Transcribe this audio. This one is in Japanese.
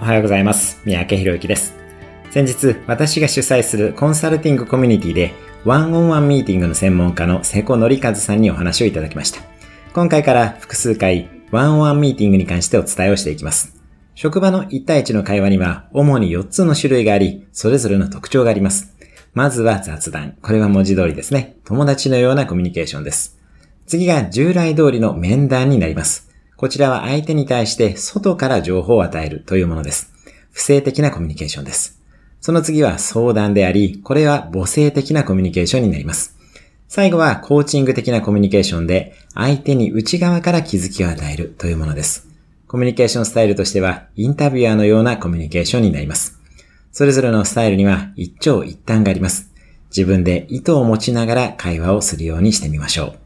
はようございます。三宅博之です。先日、私が主催するコンサルティングコミュニティで、ワンオンワンミーティングの専門家の瀬古則和さんにお話をいただきました。今回から複数回、ワンオンワンミーティングに関してお伝えをしていきます。職場の1対1の会話には、主に4つの種類があり、それぞれの特徴があります。まずは雑談。これは文字通りですね。友達のようなコミュニケーションです。次が従来通りの面談になります。こちらは相手に対して外から情報を与えるというものです。不正的なコミュニケーションです。その次は相談であり、これは母性的なコミュニケーションになります。最後はコーチング的なコミュニケーションで、相手に内側から気づきを与えるというものです。コミュニケーションスタイルとしては、インタビュアーのようなコミュニケーションになります。それぞれのスタイルには一長一短があります。自分で意図を持ちながら会話をするようにしてみましょう。